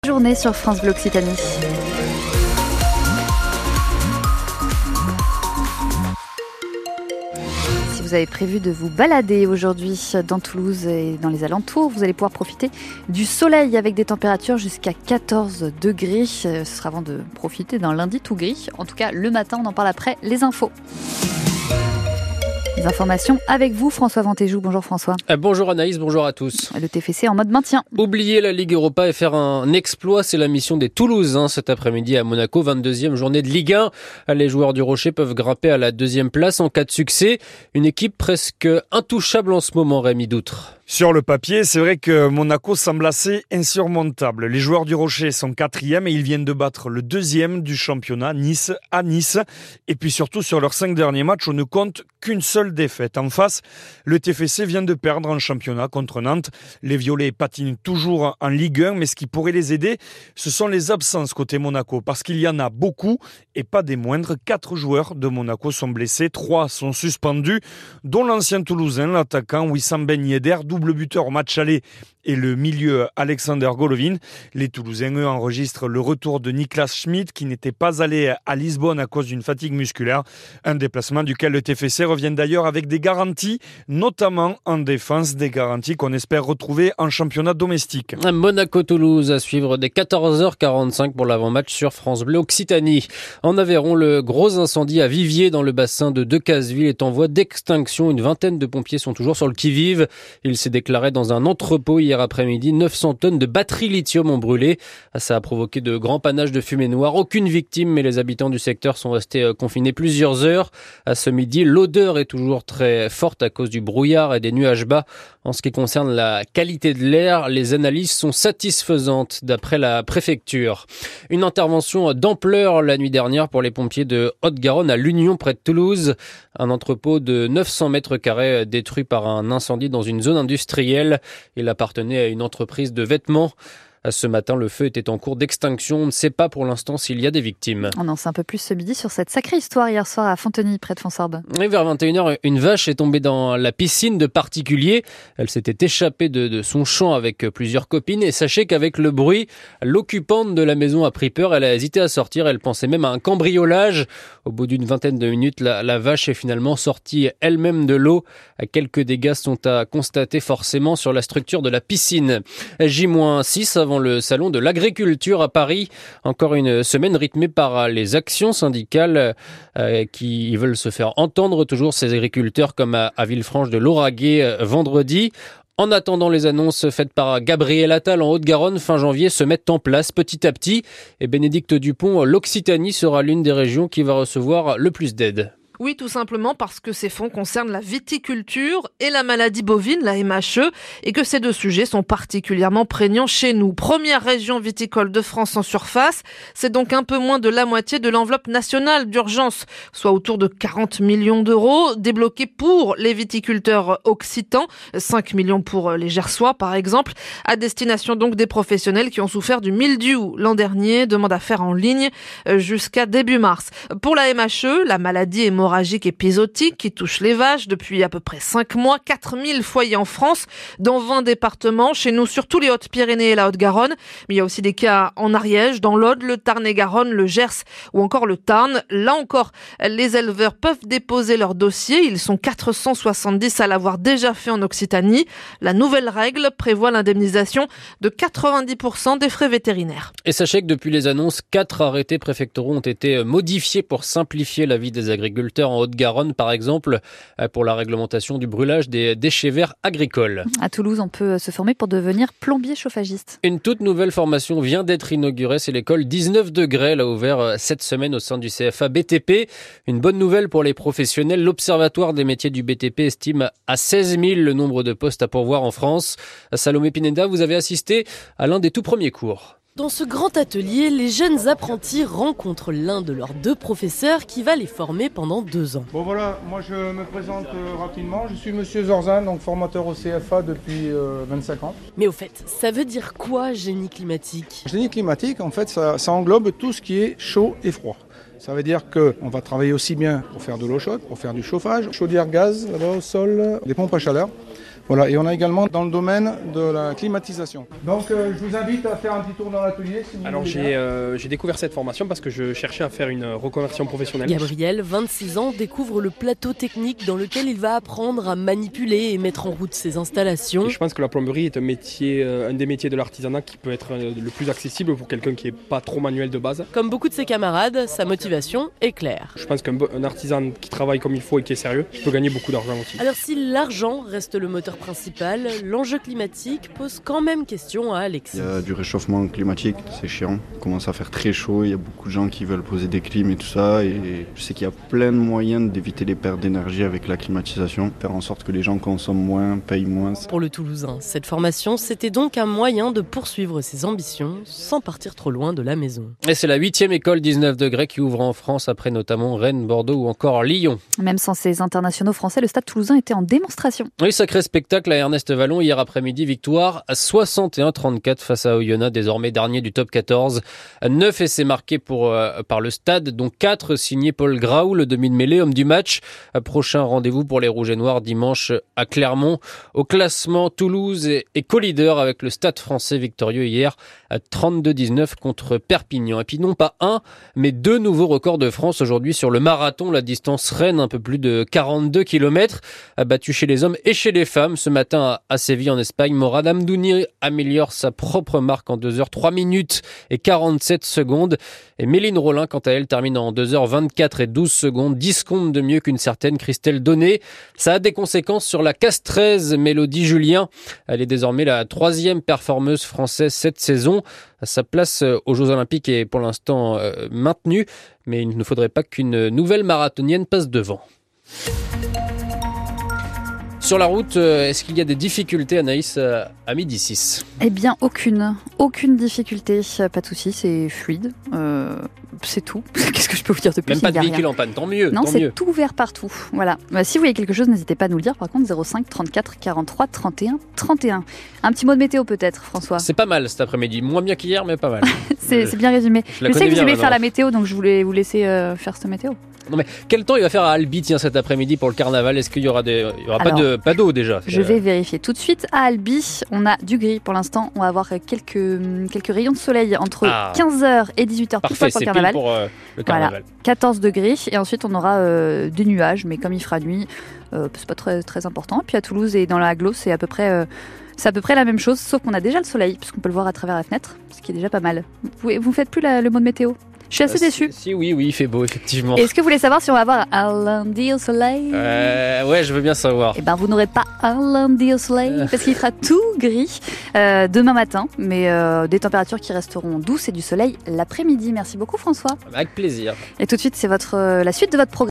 Journée sur France Bleu Occitanie. Si vous avez prévu de vous balader aujourd'hui dans Toulouse et dans les alentours, vous allez pouvoir profiter du soleil avec des températures jusqu'à 14 degrés. Ce sera avant de profiter d'un lundi tout gris. En tout cas, le matin, on en parle après les infos. Les informations avec vous, François Ventéjou. Bonjour François. Bonjour Anaïs, bonjour à tous. Le TFC en mode maintien. Oublier la Ligue Europa et faire un exploit, c'est la mission des Toulousains cet après-midi à Monaco, 22e journée de Ligue 1. Les joueurs du Rocher peuvent grimper à la deuxième place en cas de succès. Une équipe presque intouchable en ce moment, Rémi Doutre. Sur le papier, c'est vrai que Monaco semble assez insurmontable. Les joueurs du Rocher sont 4e et ils viennent de battre le 2e du championnat, Nice, à Nice. Et puis surtout, sur leurs 5 derniers matchs, on ne compte qu'une seule défaite. En face, le TFC vient de perdre en championnat contre Nantes. Les Violets patinent toujours en Ligue 1, mais ce qui pourrait les aider, ce sont les absences côté Monaco, parce qu'il y en a beaucoup et pas des moindres. 4 joueurs de Monaco sont blessés, 3 sont suspendus, dont l'ancien Toulousain, l'attaquant Wissam Ben Yedder, double buteur au match aller, et le milieu Alexander Golovin. Les Toulousains, eux, enregistrent le retour de Niklas Schmid, qui n'était pas allé à Lisbonne à cause d'une fatigue musculaire. Un déplacement duquel le TFC revient d'ailleurs avec des garanties, notamment en défense, des garanties qu'on espère retrouver en championnat domestique. Monaco-Toulouse à suivre dès 14h45 pour l'avant-match sur France Bleu Occitanie. En Aveyron, le gros incendie à Viviers dans le bassin de Decazeville est en voie d'extinction. Une vingtaine de pompiers sont toujours sur le qui-vive. Il s'est déclaré dans un entrepôt hier après-midi. 900 tonnes de batteries lithium ont brûlé. Ça a provoqué de grands panaches de fumée noire. Aucune victime, mais les habitants du secteur sont restés confinés plusieurs heures. À ce midi, l'odeur est toujours très forte à cause du brouillard et des nuages bas. En ce qui concerne la qualité de l'air, les analyses sont satisfaisantes d'après la préfecture. Une intervention d'ampleur la nuit dernière pour les pompiers de Haute-Garonne à l'Union près de Toulouse. Un entrepôt de 900 mètres carrés détruit par un incendie dans une zone industrielle. Il appartenait à une entreprise de vêtements. Ce matin, le feu était en cours d'extinction. On ne sait pas pour l'instant s'il y a des victimes. On en sait un peu plus ce midi sur cette sacrée histoire hier soir à Fontenay, près de Fonsorbes. Et vers 21h, une vache est tombée dans la piscine de particuliers. Elle s'était échappée de son champ avec plusieurs copines. Et sachez qu'avec le bruit, l'occupante de la maison a pris peur. Elle a hésité à sortir. Elle pensait même à un cambriolage. Au bout d'une vingtaine de minutes, la vache est finalement sortie elle-même de l'eau. Quelques dégâts sont à constater forcément sur la structure de la piscine. J-6 avant le salon de l'agriculture à Paris. Encore une semaine rythmée par les actions syndicales qui veulent se faire entendre. Toujours ces agriculteurs comme à Villefranche de Lauragais vendredi. En attendant, les annonces faites par Gabriel Attal en Haute-Garonne fin janvier se mettent en place petit à petit. Et Bénédicte Dupont, l'Occitanie sera l'une des régions qui va recevoir le plus d'aide. Oui, tout simplement parce que ces fonds concernent la viticulture et la maladie bovine, la MHE, et que ces deux sujets sont particulièrement prégnants chez nous. Première région viticole de France en surface, c'est donc un peu moins de la moitié de l'enveloppe nationale d'urgence, soit autour de 40 millions d'euros débloqués pour les viticulteurs occitans, 5 millions pour les Gersois par exemple, à destination donc des professionnels qui ont souffert du mildiou l'an dernier, demande à faire en ligne jusqu'à début mars. Pour la MHE, la maladie hémorragique épisodique qui touche les vaches depuis à peu près 5 mois, 4000 foyers en France, dans 20 départements, chez nous surtout les Hautes-Pyrénées et la Haute-Garonne, mais il y a aussi des cas en Ariège, dans l'Aude, le Tarn-et-Garonne, le Gers ou encore le Tarn. Là encore, les éleveurs peuvent déposer leur dossier, ils sont 470 à l'avoir déjà fait en Occitanie. La nouvelle règle prévoit l'indemnisation de 90% des frais vétérinaires. Et sachez que depuis les annonces, 4 arrêtés préfectoraux ont été modifiés pour simplifier la vie des agriculteurs en Haute-Garonne, par exemple, pour la réglementation du brûlage des déchets verts agricoles. À Toulouse, on peut se former pour devenir plombier chauffagiste. Une toute nouvelle formation vient d'être inaugurée. C'est l'école 19 degrés. Elle a ouvert cette semaine au sein du CFA BTP. Une bonne nouvelle pour les professionnels. L'Observatoire des métiers du BTP estime à 16 000 le nombre de postes à pourvoir en France. Salomé Pineda, vous avez assisté à l'un des tout premiers cours. Dans ce grand atelier, les jeunes apprentis rencontrent l'un de leurs 2 professeurs qui va les former pendant 2 ans. Bon voilà, moi je me présente rapidement. Je suis Monsieur Zorzan, donc formateur au CFA depuis 25 ans. Mais au fait, ça veut dire quoi génie climatique ? Génie climatique, en fait, ça englobe tout ce qui est chaud et froid. Ça veut dire qu'on va travailler aussi bien pour faire de l'eau chaude, pour faire du chauffage, chaudière gaz, là-bas au sol, des pompes à chaleur. Voilà, et on a également dans le domaine de la climatisation. Donc je vous invite à faire un petit tour dans l'atelier si vous Alors voulez. j'ai découvert cette formation parce que je cherchais à faire une reconversion professionnelle. Gabriel, 26 ans, découvre le plateau technique dans lequel il va apprendre à manipuler et mettre en route ses installations. Et je pense que la plomberie est un des métiers de l'artisanat qui peut être le plus accessible pour quelqu'un qui n'est pas trop manuel de base. Comme beaucoup de ses camarades, sa motivation est claire. Je pense qu'un artisan qui travaille comme il faut et qui est sérieux, peut gagner beaucoup d'argent aussi. Alors si l'argent reste le moteur principal, l'enjeu climatique pose quand même question à Alexis. Il y a du réchauffement climatique, c'est chiant. Il commence à faire très chaud, il y a beaucoup de gens qui veulent poser des clims et tout ça. Et je sais qu'il y a plein de moyens d'éviter les pertes d'énergie avec la climatisation, faire en sorte que les gens consomment moins, payent moins. Pour le Toulousain, cette formation, c'était donc un moyen de poursuivre ses ambitions sans partir trop loin de la maison. Et c'est la 8e école 19 degrés qui ouvre en France après notamment Rennes, Bordeaux ou encore Lyon. Même sans ces internationaux français, le Stade Toulousain était en démonstration. Oui, sacré spectacle à Ernest Vallon hier après-midi, victoire à 61-34 face à Oyonnax, désormais dernier du top 14. 9 essais marqués par le Stade, dont 4 signés Paul Graou, le demi-de-mêlée, homme du match. Prochain rendez-vous pour les Rouges et Noirs dimanche à Clermont. Au classement, Toulouse est co-leader avec le Stade français victorieux hier à 32-19 contre Perpignan. Et puis non pas un, mais 2 nouveaux records de France aujourd'hui sur le marathon, la distance Rennes, un peu plus de 42 km, battu chez les hommes et chez les femmes. Ce matin à Séville en Espagne, Morad Amdouni améliore sa propre marque en 2h 3 minutes et 47 secondes. Et Méline Rollin, quant à elle, termine en 2h 24 et 12 secondes, 10 secondes de mieux qu'une certaine Christelle Donné. Ça a des conséquences sur la Castrese Mélodie Julien. Elle est désormais la 3e performeuse française cette saison. Sa place aux Jeux Olympiques est pour l'instant maintenue, mais il ne faudrait pas qu'une nouvelle marathonienne passe devant. Sur la route, est-ce qu'il y a des difficultés, Anaïs, à midi 6 ? Eh bien, aucune difficulté, pas de souci, c'est fluide, c'est tout. Qu'est-ce que je peux vous dire de plus ? Même pas Il de y a véhicule rien. en panne, tant mieux. Non, tant c'est mieux. tout ouvert partout. Voilà. Si vous voyez quelque chose, n'hésitez pas à nous le dire. Par contre, 05 34 43 31 31. Un petit mot de météo peut-être, François. C'est pas mal cet après-midi, moins bien qu'hier, mais pas mal. C'est bien résumé. Je la Je sais connais que vous bien, aimez maintenant. faire la météo, donc je voulais vous laisser faire cette météo. Non mais quel temps il va faire à Albi cet après-midi pour le carnaval ? Est-ce qu'il y aura pas d'eau déjà ? Je vais vérifier tout de suite. À Albi, on a du gris pour l'instant. On va avoir quelques rayons de soleil entre 15h et 18h Parfait, pour c'est le carnaval. pile pour le carnaval. Voilà, 14 degrés. Et ensuite, on aura des nuages, mais comme il fera nuit, c'est pas très, très important. Puis à Toulouse et dans l'agglo, c'est à peu près la même chose, sauf qu'on a déjà le soleil, puisqu'on peut le voir à travers la fenêtre, ce qui est déjà pas mal. Vous faites plus le mot de météo ? Je suis assez déçue. Si, oui, il fait beau, effectivement. Est-ce que vous voulez savoir si on va avoir un lundi au soleil ? Ouais, je veux bien savoir. Eh ben, vous n'aurez pas un lundi au soleil, parce qu'il fera tout gris demain matin, mais des températures qui resteront douces et du soleil l'après-midi. Merci beaucoup, François. Avec plaisir. Et tout de suite, c'est la suite de votre programme.